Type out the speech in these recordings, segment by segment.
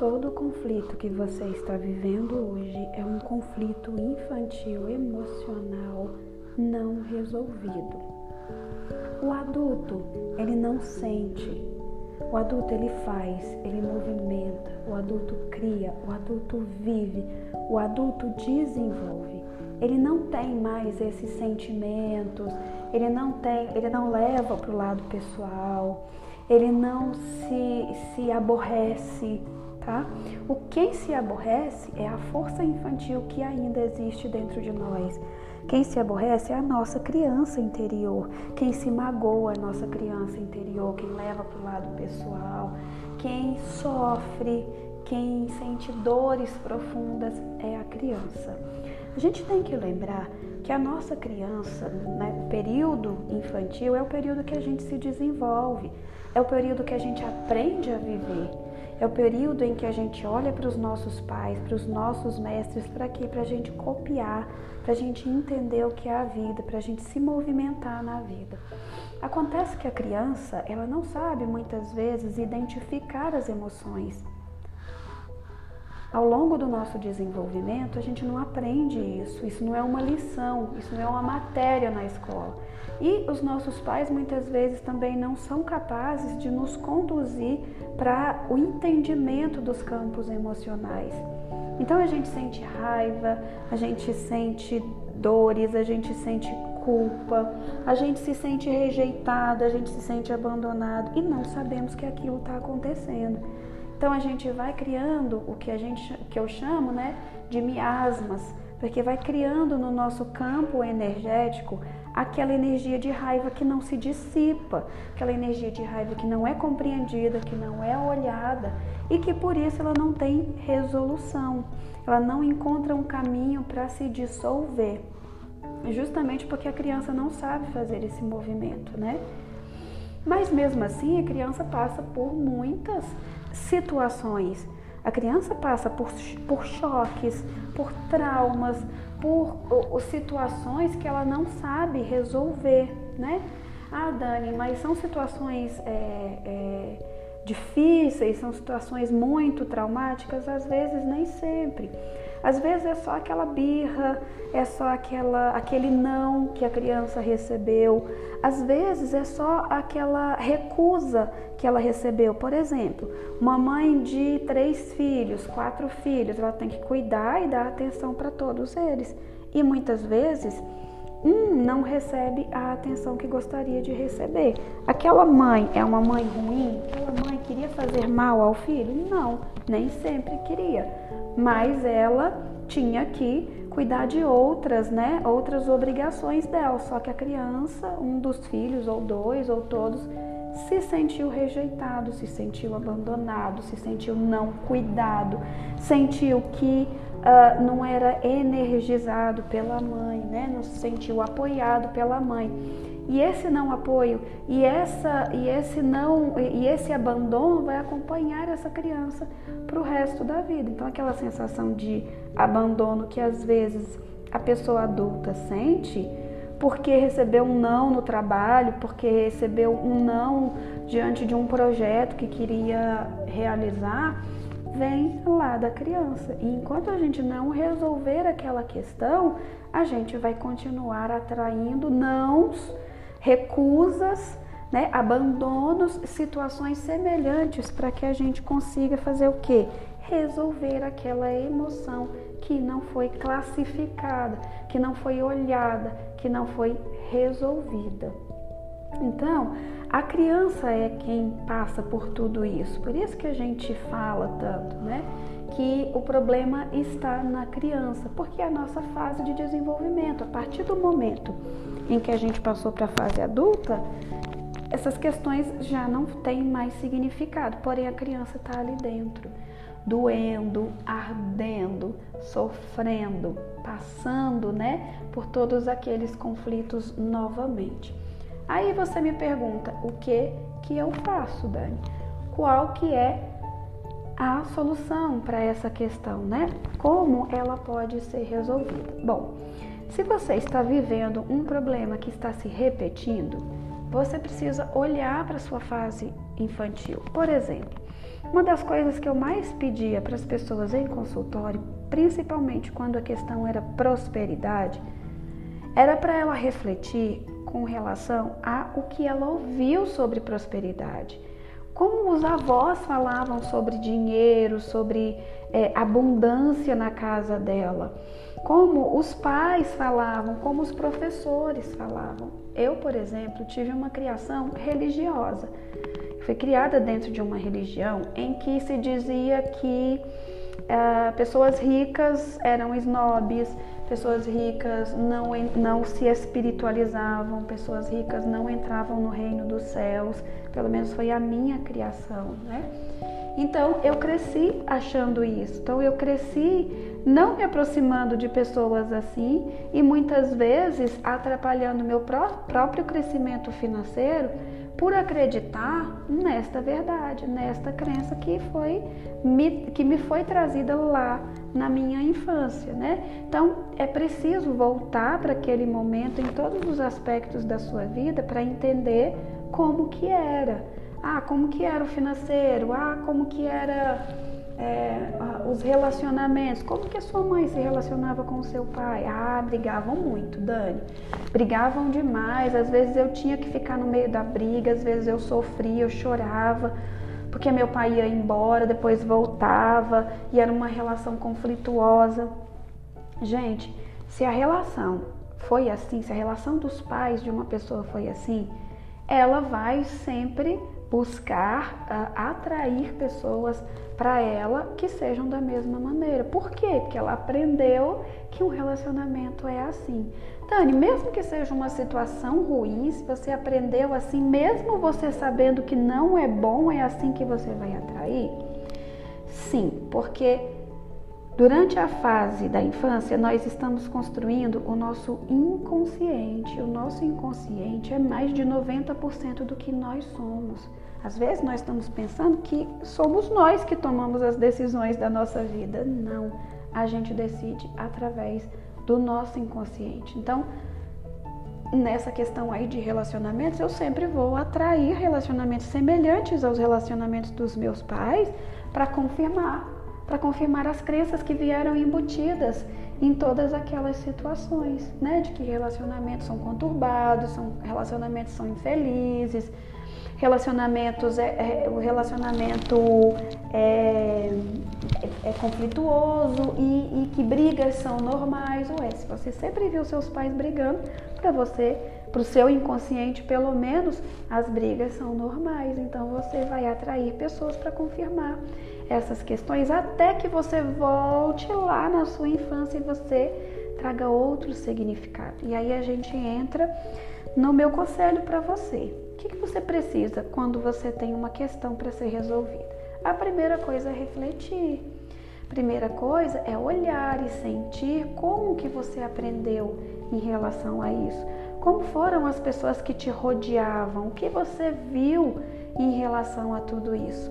todo conflito que você está vivendo hoje é um conflito infantil, emocional, não resolvido. O adulto, ele não sente. O adulto, ele faz, ele movimenta. O adulto cria, o adulto vive, o adulto desenvolve. Ele não tem mais esses sentimentos, ele não leva para o lado pessoal, ele não se aborrece, tá? Quem se aborrece é a força infantil que ainda existe dentro de nós. Quem se aborrece é a nossa criança interior. Quem se magoa é a nossa criança interior. Quem leva para o lado pessoal, quem sofre, quem sente dores profundas é a criança. A gente tem que lembrar que a nossa criança, né, o período infantil é o período que a gente se desenvolve, é o período que a gente aprende a viver, é o período em que a gente olha para os nossos pais, para os nossos mestres, para quê? Para a gente copiar, para a gente entender o que é a vida, para a gente se movimentar na vida. Acontece que a criança, ela não sabe muitas vezes identificar as emoções. Ao longo do nosso desenvolvimento, a gente não aprende isso não é uma lição, isso não é uma matéria na escola. E os nossos pais muitas vezes também não são capazes de nos conduzir para o entendimento dos campos emocionais. Então a gente sente raiva, a gente sente dores, a gente sente culpa, a gente se sente rejeitado, a gente se sente abandonado e não sabemos que aquilo está acontecendo. Então a gente vai criando o que eu chamo, né, de miasmas, porque vai criando no nosso campo energético aquela energia de raiva que não se dissipa, aquela energia de raiva que não é compreendida, que não é olhada e que por isso ela não tem resolução, ela não encontra um caminho para se dissolver, justamente porque a criança não sabe fazer esse movimento, né? Mas mesmo assim a criança passa por muitas situações. A criança passa por choques, por traumas, por situações que ela não sabe resolver, né? Ah, Dani, mas são situações difíceis, são situações muito traumáticas? Às vezes nem sempre. Às vezes é só aquela birra, é só aquele não que a criança recebeu. Às vezes é só aquela recusa que ela recebeu. Por exemplo, uma mãe de 3 filhos, 4 filhos, ela tem que cuidar e dar atenção para todos eles. E muitas vezes não recebe a atenção que gostaria de receber. Aquela mãe é uma mãe ruim? Aquela mãe queria fazer mal ao filho? Não, nem sempre queria. Mas ela tinha que cuidar de outras, né? Outras obrigações dela. Só que a criança, um dos filhos, ou 2, ou todos, se sentiu rejeitado, se sentiu abandonado, se sentiu não cuidado, sentiu que não era energizado pela mãe, né? Não se sentiu apoiado pela mãe. E esse não apoio e esse abandono vai acompanhar essa criança para o resto da vida. Então aquela sensação de abandono que às vezes a pessoa adulta sente porque recebeu um não no trabalho, porque recebeu um não diante de um projeto que queria realizar, vem lá da criança. E enquanto a gente não resolver aquela questão, a gente vai continuar atraindo nãos, recusas, né, abandonos, situações semelhantes para que a gente consiga fazer o quê? Resolver aquela emoção que não foi classificada, que não foi olhada, que não foi resolvida. Então, a criança é quem passa por tudo isso. Por isso que a gente fala tanto, né? Que o problema está na criança, porque é a nossa fase de desenvolvimento. A partir do momento em que a gente passou para a fase adulta, essas questões já não têm mais significado, porém a criança está ali dentro, doendo, ardendo, sofrendo, passando, né, por todos aqueles conflitos novamente. Aí você me pergunta, o que eu faço, Dani? Qual que é a solução para essa questão, né? Como ela pode ser resolvida? Bom, se você está vivendo um problema que está se repetindo, você precisa olhar para a sua fase infantil. Por exemplo, Uma das coisas que eu mais pedia para as pessoas em consultório, principalmente quando a questão era prosperidade, era para ela refletir com relação a o que ela ouviu sobre prosperidade. Como os avós falavam sobre dinheiro, sobre abundância na casa dela. Como os pais falavam, como os professores falavam. Eu, por exemplo, tive uma criação religiosa. Fui criada dentro de uma religião em que se dizia que pessoas ricas eram snobs, pessoas ricas não se espiritualizavam, pessoas ricas não entravam no reino dos céus. Pelo menos foi a minha criação, né? Então eu cresci achando isso. Então eu cresci não me aproximando de pessoas assim e muitas vezes atrapalhando meu próprio crescimento financeiro por acreditar nesta verdade, nesta crença que me foi trazida lá na minha infância, né? Então é preciso voltar para aquele momento em todos os aspectos da sua vida para entender como que era. Como que era o financeiro? Como que era os relacionamentos? Como que a sua mãe se relacionava com o seu pai? Brigavam muito, Dani. Brigavam demais. Às vezes eu tinha que ficar no meio da briga, às vezes eu sofria, eu chorava, porque meu pai ia embora, depois voltava, e era uma relação conflituosa. Gente, se a relação foi assim, se a relação dos pais de uma pessoa foi assim, ela vai sempre buscar atrair pessoas para ela que sejam da mesma maneira. Por quê? Porque ela aprendeu que um relacionamento é assim. Dani, mesmo que seja uma situação ruim, se você aprendeu assim, mesmo você sabendo que não é bom, é assim que você vai atrair? Sim, porque durante a fase da infância, nós estamos construindo o nosso inconsciente. O nosso inconsciente é mais de 90% do que nós somos. Às vezes nós estamos pensando que somos nós que tomamos as decisões da nossa vida. Não, a gente decide através do nosso inconsciente. Então, nessa questão aí de relacionamentos, eu sempre vou atrair relacionamentos semelhantes aos relacionamentos dos meus pais para confirmar as crenças que vieram embutidas em todas aquelas situações, né? De que relacionamentos são conturbados, relacionamentos são infelizes, o relacionamento é conflituoso e que brigas são normais. Se você sempre viu seus pais brigando, para o seu inconsciente, pelo menos, as brigas são normais. Então você vai atrair pessoas para confirmar essas questões até que você volte lá na sua infância e você traga outro significado. E aí a gente entra no meu conselho para você. O que você precisa quando você tem uma questão para ser resolvida? A primeira coisa é refletir. A primeira coisa é olhar e sentir como que você aprendeu em relação a isso. Como foram as pessoas que te rodeavam? O que você viu em relação a tudo isso?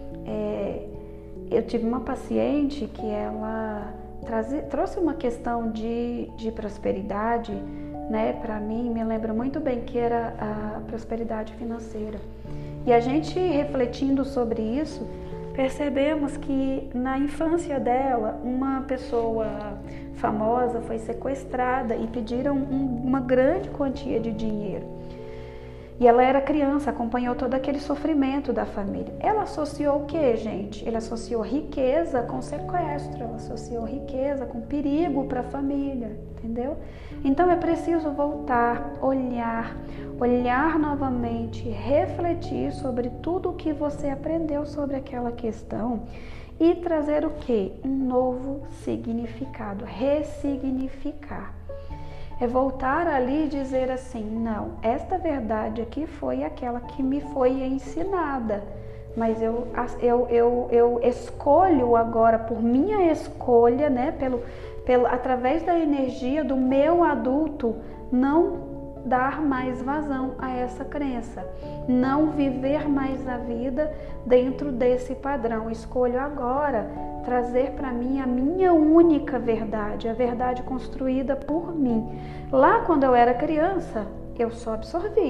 Eu tive uma paciente que ela trouxe uma questão de prosperidade, né? Para mim, me lembro muito bem que era a prosperidade financeira. E a gente refletindo sobre isso, percebemos que na infância dela, uma pessoa famosa foi sequestrada e pediram uma grande quantia de dinheiro. E ela era criança, acompanhou todo aquele sofrimento da família. Ela associou o que, gente? Ela associou riqueza com sequestro, ela associou riqueza com perigo para a família, entendeu? Então é preciso voltar, olhar novamente, refletir sobre tudo o que você aprendeu sobre aquela questão e trazer o quê? Um novo significado, ressignificar. É voltar ali e dizer assim, não, esta verdade aqui foi aquela que me foi ensinada, mas eu escolho agora, por minha escolha, né, através da energia do meu adulto, não dar mais vazão a essa crença, não viver mais a vida dentro desse padrão. Escolho agora trazer para mim a minha única verdade, a verdade construída por mim. Lá quando eu era criança, eu só absorvi.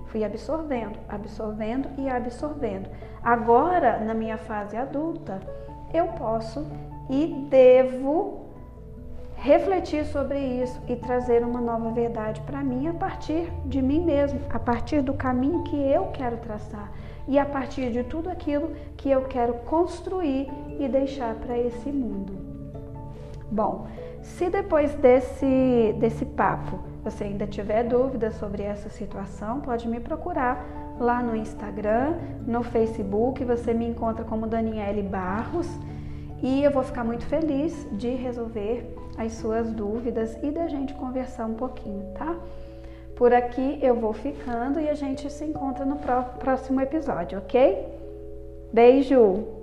Fui absorvendo, absorvendo e absorvendo. Agora, na minha fase adulta, eu posso e devo refletir sobre isso e trazer uma nova verdade para mim a partir de mim mesmo, a partir do caminho que eu quero traçar e a partir de tudo aquilo que eu quero construir e deixar para esse mundo. Bom, se depois desse papo você ainda tiver dúvidas sobre essa situação, pode me procurar lá no Instagram, no Facebook, você me encontra como Daniele Barros e eu vou ficar muito feliz de resolver as suas dúvidas e da gente conversar um pouquinho, tá? Por aqui eu vou ficando e a gente se encontra no próximo episódio, ok? Beijo!